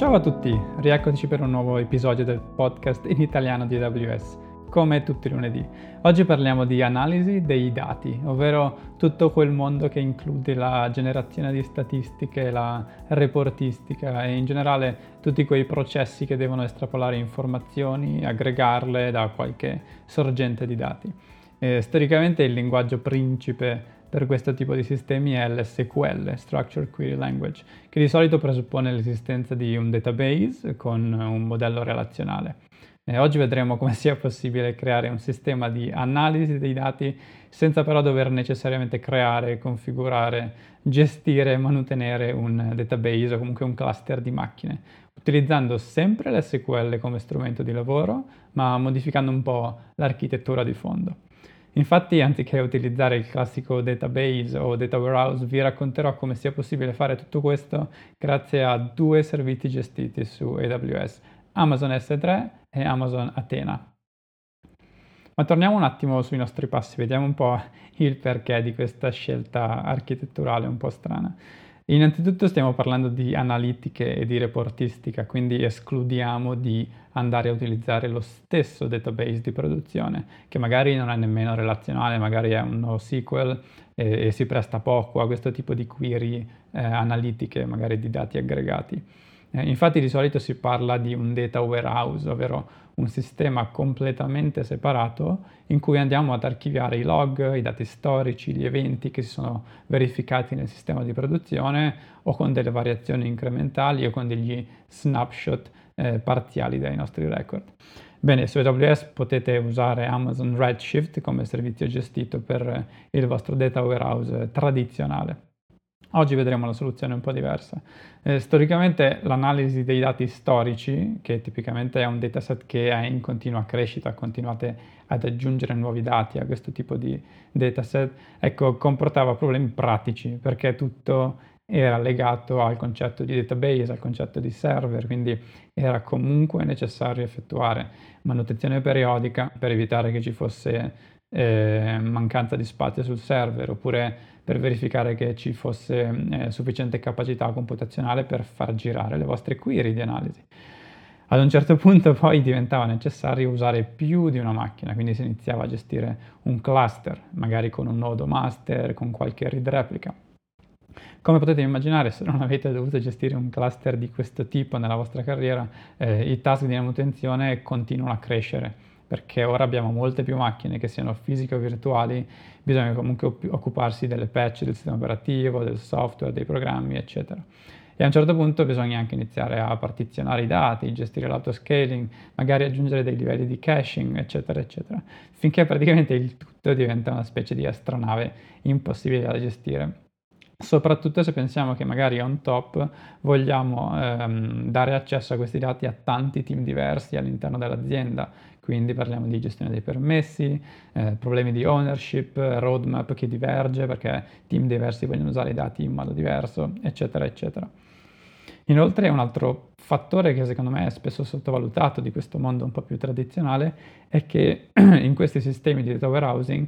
Ciao a tutti, rieccoci per un nuovo episodio del podcast in italiano di AWS, come tutti i lunedì. Oggi parliamo di analisi dei dati, ovvero tutto quel mondo che include la generazione di statistiche, la reportistica e in generale tutti quei processi che devono estrapolare informazioni, aggregarle da qualche sorgente di dati. Storicamente il linguaggio principe per questo tipo di sistemi è l'SQL, Structured Query Language, che di solito presuppone l'esistenza di un database con un modello relazionale. Oggi vedremo come sia possibile creare un sistema di analisi dei dati senza però dover necessariamente creare, configurare, gestire e mantenere un database o comunque un cluster di macchine, utilizzando sempre l'SQL come strumento di lavoro, ma modificando un po' l'architettura di fondo. Infatti, anziché utilizzare il classico database o data warehouse, vi racconterò come sia possibile fare tutto questo grazie a due servizi gestiti su AWS, Amazon S3 e Amazon Athena. Ma torniamo un attimo sui nostri passi, vediamo un po' il perché di questa scelta architetturale un po' strana. Innanzitutto stiamo parlando di analitiche e di reportistica, quindi escludiamo di andare a utilizzare lo stesso database di produzione, che magari non è nemmeno relazionale, magari è un NoSQL e si presta poco a questo tipo di query analitiche, magari di dati aggregati. Infatti di solito si parla di un data warehouse, ovvero un sistema completamente separato in cui andiamo ad archiviare i log, i dati storici, gli eventi che si sono verificati nel sistema di produzione o con delle variazioni incrementali o con degli snapshot parziali dai nostri record. Bene, su AWS potete usare Amazon Redshift come servizio gestito per il vostro data warehouse tradizionale. Oggi vedremo la soluzione un po' diversa. Storicamente l'analisi dei dati storici, che tipicamente è un dataset che è in continua crescita, continuate ad aggiungere nuovi dati a questo tipo di dataset, ecco, comportava problemi pratici perché tutto era legato al concetto di database, al concetto di server, quindi era comunque necessario effettuare manutenzione periodica per evitare che ci fosse mancanza di spazio sul server oppure per verificare che ci fosse sufficiente capacità computazionale per far girare le vostre query di analisi. Ad un certo punto poi diventava necessario usare più di una macchina, quindi si iniziava a gestire un cluster, magari con un nodo master, con qualche read replica. Come potete immaginare, se non avete dovuto gestire un cluster di questo tipo nella vostra carriera, i task di manutenzione continuano a crescere, perché ora abbiamo molte più macchine, che siano fisiche o virtuali, bisogna comunque occuparsi delle patch del sistema operativo, del software, dei programmi, eccetera. E a un certo punto bisogna anche iniziare a partizionare i dati, gestire l'autoscaling, magari aggiungere dei livelli di caching, eccetera, eccetera, finché praticamente il tutto diventa una specie di astronave impossibile da gestire. Soprattutto se pensiamo che magari on top vogliamo dare accesso a questi dati a tanti team diversi all'interno dell'azienda, quindi parliamo di gestione dei permessi, problemi di ownership, roadmap che diverge perché team diversi vogliono usare i dati in modo diverso, eccetera, eccetera. Inoltre un altro fattore che secondo me è spesso sottovalutato di questo mondo un po' più tradizionale è che in questi sistemi di data warehousing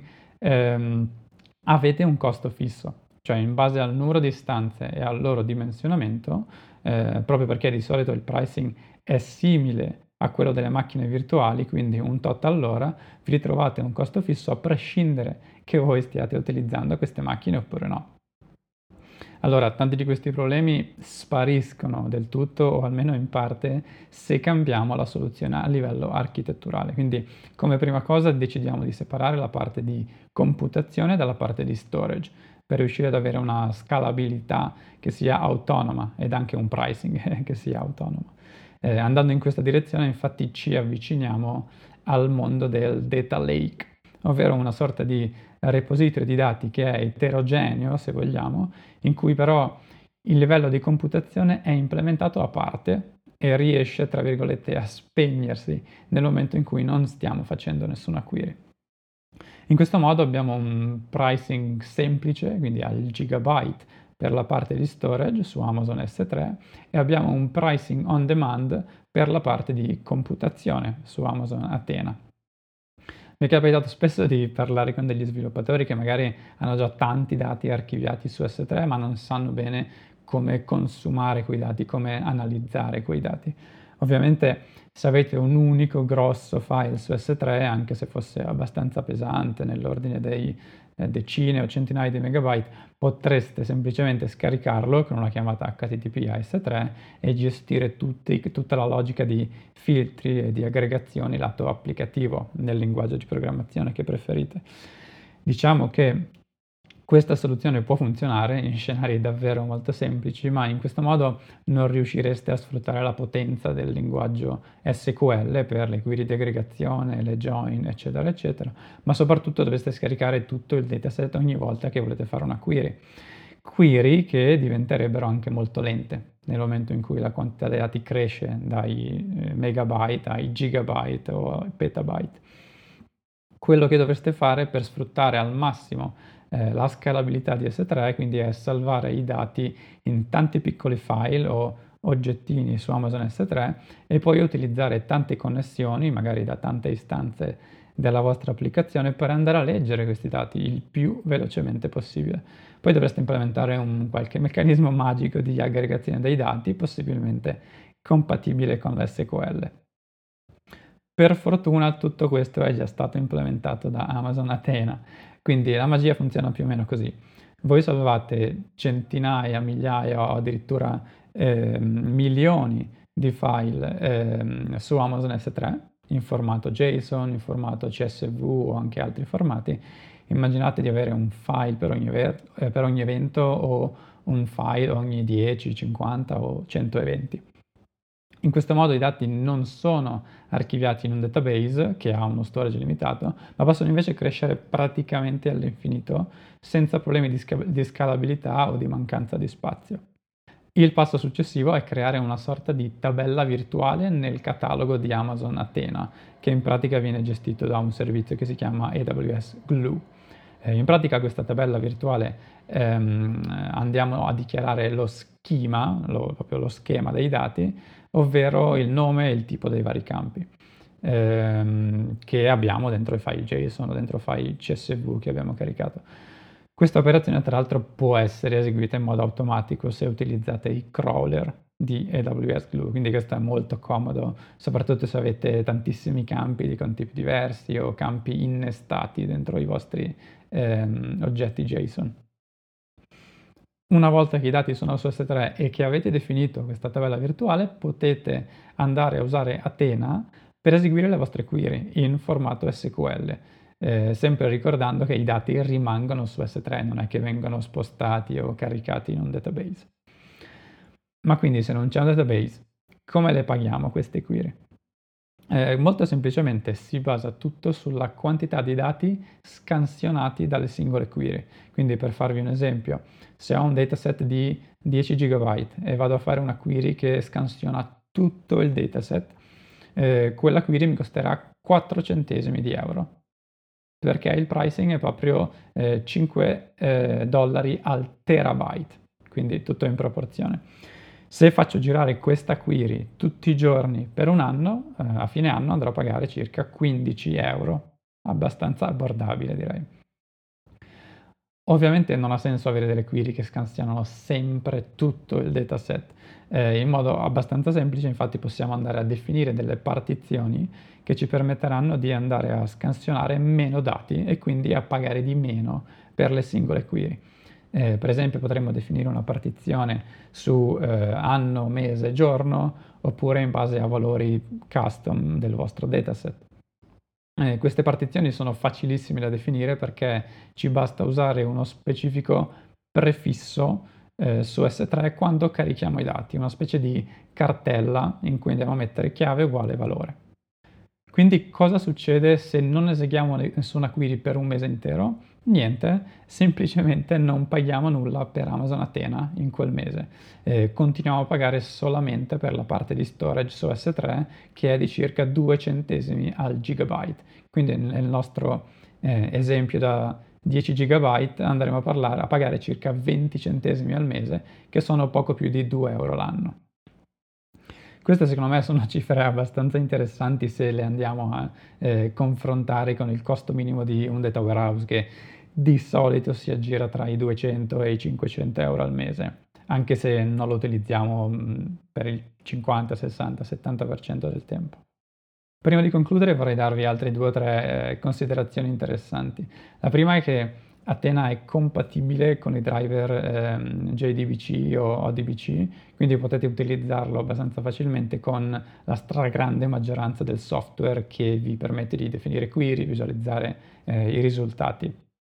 avete un costo fisso. Cioè in base al numero di stanze e al loro dimensionamento, proprio perché di solito il pricing è simile a quello delle macchine virtuali, quindi un tot all'ora, vi ritrovate un costo fisso a prescindere che voi stiate utilizzando queste macchine oppure no. Allora, tanti di questi problemi spariscono del tutto o almeno in parte se cambiamo la soluzione a livello architetturale. Quindi come prima cosa decidiamo di separare la parte di computazione dalla parte di storage per riuscire ad avere una scalabilità che sia autonoma ed anche un pricing che sia autonomo. Andando in questa direzione infatti ci avviciniamo al mondo del data lake, ovvero una sorta di repository di dati che è eterogeneo, se vogliamo, in cui però il livello di computazione è implementato a parte e riesce, tra virgolette, a spegnersi nel momento in cui non stiamo facendo nessuna query. In questo modo abbiamo un pricing semplice, quindi al gigabyte per la parte di storage su Amazon S3 e abbiamo un pricing on demand per la parte di computazione su Amazon Athena. Mi è capitato spesso di parlare con degli sviluppatori che magari hanno già tanti dati archiviati su S3 ma non sanno bene come consumare quei dati, come analizzare quei dati. Ovviamente se avete un unico grosso file su S3, anche se fosse abbastanza pesante, nell'ordine dei decine o centinaia di megabyte, potreste semplicemente scaricarlo con una chiamata HTTP a S3 e gestire tutta la logica di filtri e di aggregazioni lato applicativo nel linguaggio di programmazione che preferite. Diciamo che questa soluzione può funzionare in scenari davvero molto semplici, ma in questo modo non riuscireste a sfruttare la potenza del linguaggio SQL per le query di aggregazione, le join, eccetera, eccetera, ma soprattutto dovreste scaricare tutto il dataset ogni volta che volete fare una query. Query che diventerebbero anche molto lente nel momento in cui la quantità dei dati cresce dai megabyte ai gigabyte o ai petabyte. Quello che dovreste fare per sfruttare al massimo la scalabilità di S3, quindi è salvare i dati in tanti piccoli file o oggettini su Amazon S3 e poi utilizzare tante connessioni, magari da tante istanze della vostra applicazione, per andare a leggere questi dati il più velocemente possibile. Poi dovreste implementare un qualche meccanismo magico di aggregazione dei dati, possibilmente compatibile con l'SQL. Per fortuna tutto questo è già stato implementato da Amazon Athena, quindi la magia funziona più o meno così. Voi salvate centinaia, migliaia o addirittura milioni di file su Amazon S3 in formato JSON, in formato CSV o anche altri formati. Immaginate di avere un file per ogni evento o un file ogni 10, 50 o 100 eventi. In questo modo i dati non sono archiviati in un database che ha uno storage limitato, ma possono invece crescere praticamente all'infinito senza problemi di scalabilità o di mancanza di spazio. Il passo successivo è creare una sorta di tabella virtuale nel catalogo di Amazon Athena, che in pratica viene gestito da un servizio che si chiama AWS Glue. In pratica questa tabella virtuale andiamo a dichiarare lo schema, proprio lo schema dei dati, ovvero il nome e il tipo dei vari campi che abbiamo dentro i file JSON o dentro i file CSV che abbiamo caricato. Questa operazione tra l'altro può essere eseguita in modo automatico se utilizzate i crawler di AWS Glue, quindi questo è molto comodo, soprattutto se avete tantissimi campi con tipi diversi o campi innestati dentro i vostri oggetti JSON. Una volta che i dati sono su S3 e che avete definito questa tabella virtuale, potete andare a usare Athena per eseguire le vostre query in formato SQL, sempre ricordando che i dati rimangono su S3, non è che vengono spostati o caricati in un database. Ma quindi se non c'è un database, come le paghiamo queste query? Molto semplicemente si basa tutto sulla quantità di dati scansionati dalle singole query. Quindi per farvi un esempio, se ho un dataset di 10 GB e vado a fare una query che scansiona tutto il dataset, quella query mi costerà 4 centesimi di euro, perché il pricing è proprio $5 al terabyte, quindi tutto in proporzione. Se faccio girare questa query tutti i giorni per un anno, a fine anno andrò a pagare circa 15 euro, abbastanza abbordabile direi. Ovviamente non ha senso avere delle query che scansionano sempre tutto il dataset. In modo abbastanza semplice infatti possiamo andare a definire delle partizioni che ci permetteranno di andare a scansionare meno dati e quindi a pagare di meno per le singole query. Per esempio potremmo definire una partizione su anno, mese, giorno oppure in base a valori custom del vostro dataset. Queste partizioni sono facilissime da definire perché ci basta usare uno specifico prefisso su S3 quando carichiamo i dati, una specie di cartella in cui andiamo a mettere chiave uguale valore. Quindi cosa succede se non eseguiamo nessuna query per un mese intero? Niente, semplicemente non paghiamo nulla per Amazon Athena in quel mese. Continuiamo a pagare solamente per la parte di storage su S3 che è di circa 2 centesimi al gigabyte. Quindi nel nostro esempio da 10 GB andremo a pagare circa 20 centesimi al mese, che sono poco più di 2 euro l'anno. Queste secondo me sono cifre abbastanza interessanti se le andiamo a confrontare con il costo minimo di un data warehouse che di solito si aggira tra i 200 e i 500 euro al mese. anche se non lo utilizziamo per il 50, 60, 70% del tempo. Prima di concludere vorrei darvi altre 2 o 3 considerazioni interessanti. La prima è che Athena è compatibile con i driver JDBC o ODBC, quindi potete utilizzarlo abbastanza facilmente con la stragrande maggioranza del software che vi permette di definire query, visualizzare i risultati.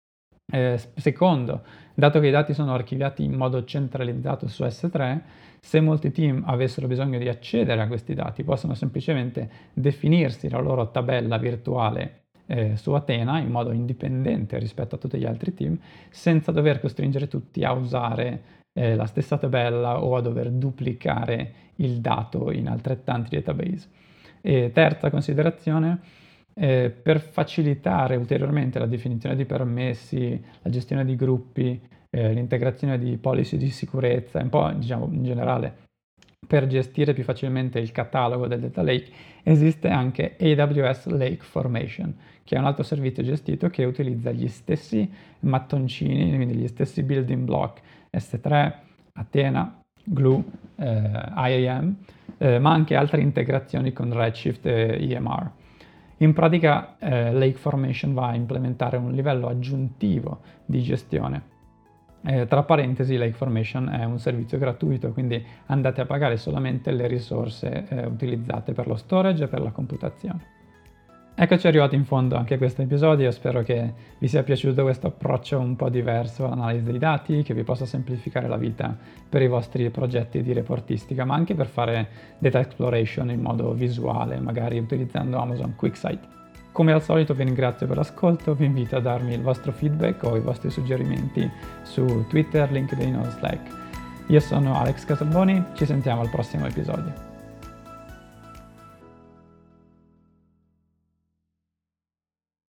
Secondo, dato che i dati sono archiviati in modo centralizzato su S3, se molti team avessero bisogno di accedere a questi dati, possono semplicemente definirsi la loro tabella virtuale su Athena in modo indipendente rispetto a tutti gli altri team, senza dover costringere tutti a usare la stessa tabella o a dover duplicare il dato in altrettanti database. E terza considerazione, per facilitare ulteriormente la definizione di permessi, la gestione di gruppi, l'integrazione di policy di sicurezza, un po' diciamo in generale per gestire più facilmente il catalogo del data lake, esiste anche AWS Lake Formation, che è un altro servizio gestito che utilizza gli stessi mattoncini, quindi gli stessi building block S3, Athena, Glue, IAM, ma anche altre integrazioni con Redshift e EMR. In pratica Lake Formation va a implementare un livello aggiuntivo di gestione. Tra parentesi, Lake Formation è un servizio gratuito, quindi andate a pagare solamente le risorse utilizzate per lo storage e per la computazione. Eccoci arrivati in fondo anche a questo episodio, spero che vi sia piaciuto questo approccio un po' diverso all'analisi dei dati, che vi possa semplificare la vita per i vostri progetti di reportistica, ma anche per fare data exploration in modo visuale, magari utilizzando Amazon QuickSight. Come al solito vi ringrazio per l'ascolto, vi invito a darmi il vostro feedback o i vostri suggerimenti su Twitter, LinkedIn o Slack. Io sono Alex Casalboni, ci sentiamo al prossimo episodio.